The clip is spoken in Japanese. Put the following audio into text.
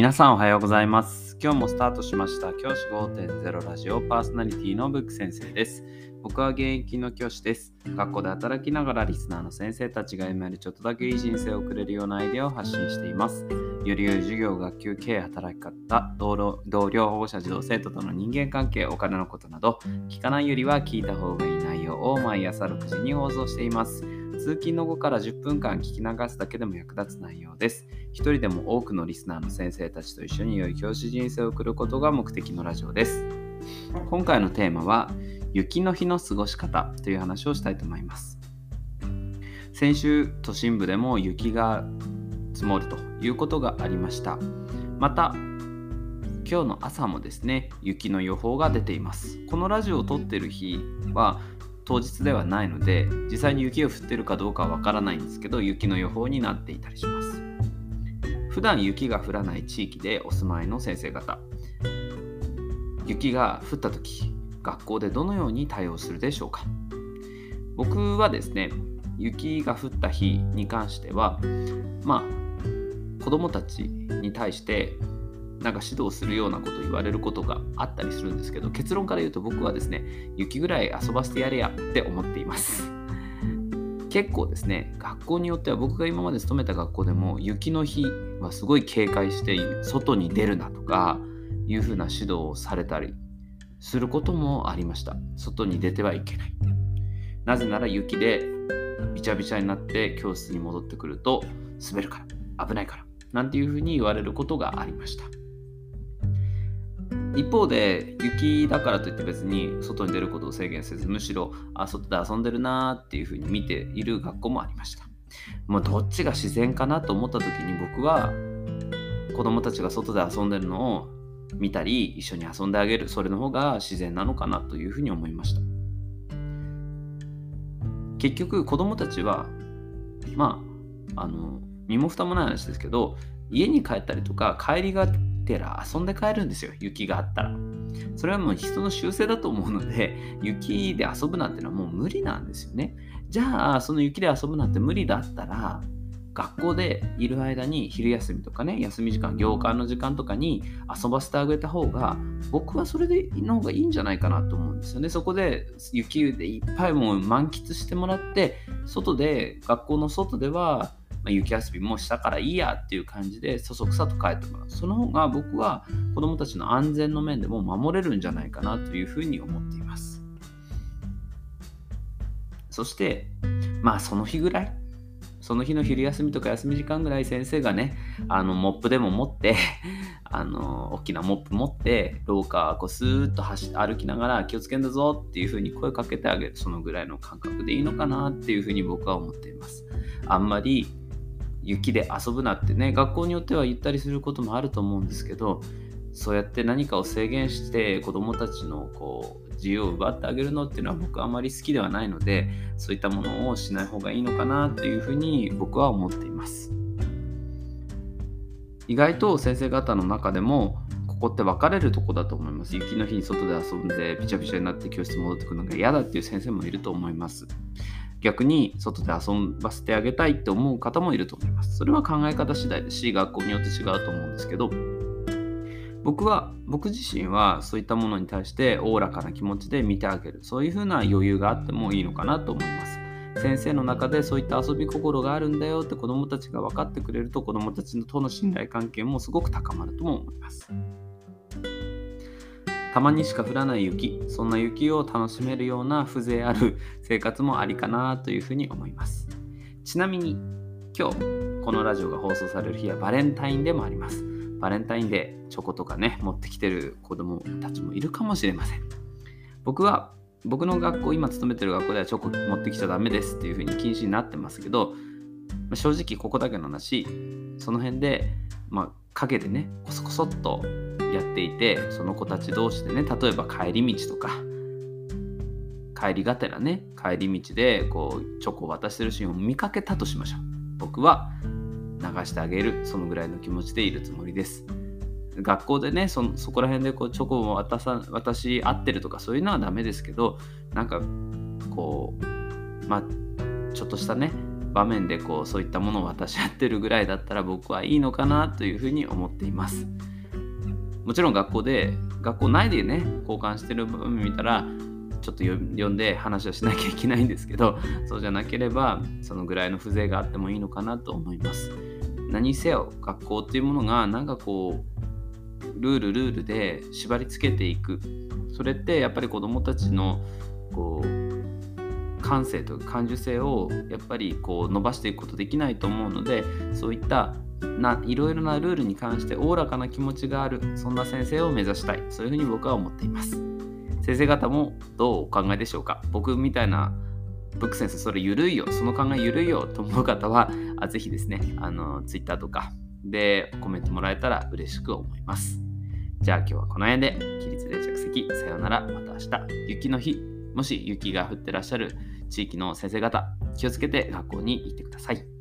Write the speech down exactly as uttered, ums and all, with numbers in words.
皆さんおはようございます。今日もスタートしました教師 ごてんゼロ ラジオパーソナリティのブック先生です。僕は現役の教師です。学校で働きながらリスナーの先生たちが夢よりちょっとだけいい人生を送れるようなアイデアを発信しています。より良い授業、学級経営、働き方、同僚、同僚保護者、児童生徒との人間関係、お金のことなど、聞かないよりは聞いた方がいい内容を毎朝ろくじに放送しています。通勤の後からじゅっぷんかん聞き流すだけでも役立つ内容です。一人でも多くのリスナーの先生たちと一緒に良い教師人生を送ることが目的のラジオです。今回のテーマは雪の日の過ごし方という話をしたいと思います。先週都心部でも雪が積もるということがありました。また今日の朝もですね、雪の予報が出ています。このラジオを撮っている日は当日ではないので、実際に雪が降っているかどうかはわからないんですけど、雪の予報になっていたりします。普段雪が降らない地域でお住まいの先生方、雪が降った時、学校でどのように対応するでしょうか。僕はですね、雪が降った日に関しては、まあ子どもたちに対してなんか指導するようなことを言われることがあったりするんですけど、結論から言うと僕はですね、雪ぐらい遊ばせてやれやって思っています。結構ですね、学校によっては僕が今まで勤めた学校でも雪の日はすごい警戒して外に出るなとかいう風な指導をされたりすることもありました。外に出てはいけない。なぜなら雪でびちゃびちゃになって教室に戻ってくると滑るから危ないからなんていう風に言われることがありました。一方で雪だからといって別に外に出ることを制限せず、むしろあ外で遊んでるなっていう風に見ている学校もありました。もうどっちが自然かなと思った時に、僕は子供たちが外で遊んでるのを見たり一緒に遊んであげる、それの方が自然なのかなという風に思いました。結局子供たちはまああの身も蓋もない話ですけど、家に帰ったりとか帰りがてら遊んで帰るんですよ、雪があったら。それはもう人の習性だと思うので、雪で遊ぶなんてのはもう無理なんですよね。じゃあその雪で遊ぶなんて無理だったら、学校でいる間に昼休みとかね、休み時間、業間の時間とかに遊ばせてあげた方が、僕はそれでの方がいいんじゃないかなと思うんですよね。そこで雪でいっぱいもう満喫してもらって、外で学校の外ではまあ、雪遊びもしたからいいやっていう感じでそそくさと帰ってもらう。その方が僕は子どもたちの安全の面でも守れるんじゃないかなというふうに思っています。そしてまあその日ぐらい、その日の昼休みとか休み時間ぐらい、先生がね、あのモップでも持ってあの大きなモップ持って廊下をこうスーッと走歩きながら気をつけんだぞっていうふうに声かけてあげる、そのぐらいの感覚でいいのかなっていうふうに僕は思っています。あんまり雪で遊ぶなってね、学校によっては言ったりすることもあると思うんですけど、そうやって何かを制限して子どもたちのこう自由を奪ってあげるのっていうのは僕はあまり好きではないので、そういったものをしない方がいいのかなというふうに僕は思っています。意外と先生方の中でもここって分かれるとこだと思います。雪の日に外で遊んでびちゃびちゃになって教室に戻ってくるのが嫌だっていう先生もいると思います。逆に外で遊ばせてあげたいって思う方もいると思います。それは考え方次第ですし、学校によって違うと思うんですけど、僕は僕自身はそういったものに対しておおらかな気持ちで見てあげる、そういうふうな余裕があってもいいのかなと思います。先生の中でそういった遊び心があるんだよって子どもたちが分かってくれると、子どもたちとの信頼関係もすごく高まるとも思います。たまにしか降らない雪、そんな雪を楽しめるような風情ある生活もありかなというふうに思います。ちなみに今日このラジオが放送される日はバレンタインデーもあります。バレンタインデーチョコとかね持ってきてる子どもたちもいるかもしれません。僕は僕の学校、今勤めてる学校ではチョコ持ってきちゃダメですっていうふうに禁止になってますけど、正直ここだけの話、その辺でまあ陰でねコソコソっとやっていて、その子たち同士でね、例えば帰り道とか帰りがてらね、帰り道でこうチョコを渡してるシーンを見かけたとしましょう。僕は流してあげる、そのぐらいの気持ちでいるつもりです。学校でね そ, そこら辺でこうチョコを渡さ渡し合ってるとかそういうのはダメですけど、なんかこうまあちょっとしたね場面でこうそういったものを渡し合ってるぐらいだったら僕はいいのかなというふうに思っています。もちろん学校で学校内でね交換してる場面見たらちょっと呼んで話をしなきゃいけないんですけど、そうじゃなければそのぐらいの風情があってもいいのかなと思います。何せよ学校っていうものがなんかこうルールルールで縛り付けていく、それってやっぱり子どもたちのこう感性とか感受性をやっぱりこう伸ばしていくことできないと思うので、そういったないろいろなルールに関しておおらかな気持ちがある、そんな先生を目指したい、そういうふうに僕は思っています。先生方もどうお考えでしょうか。僕みたいなブック先生それゆるいよ、その考えゆるいよと思う方はあぜひですねあのツイッターとかでコメントもらえたら嬉しく思います。じゃあ今日はこの辺で。起立で着席、さようなら、また明日。雪の日、もし雪が降ってらっしゃる地域の先生方、気をつけて学校に行ってください。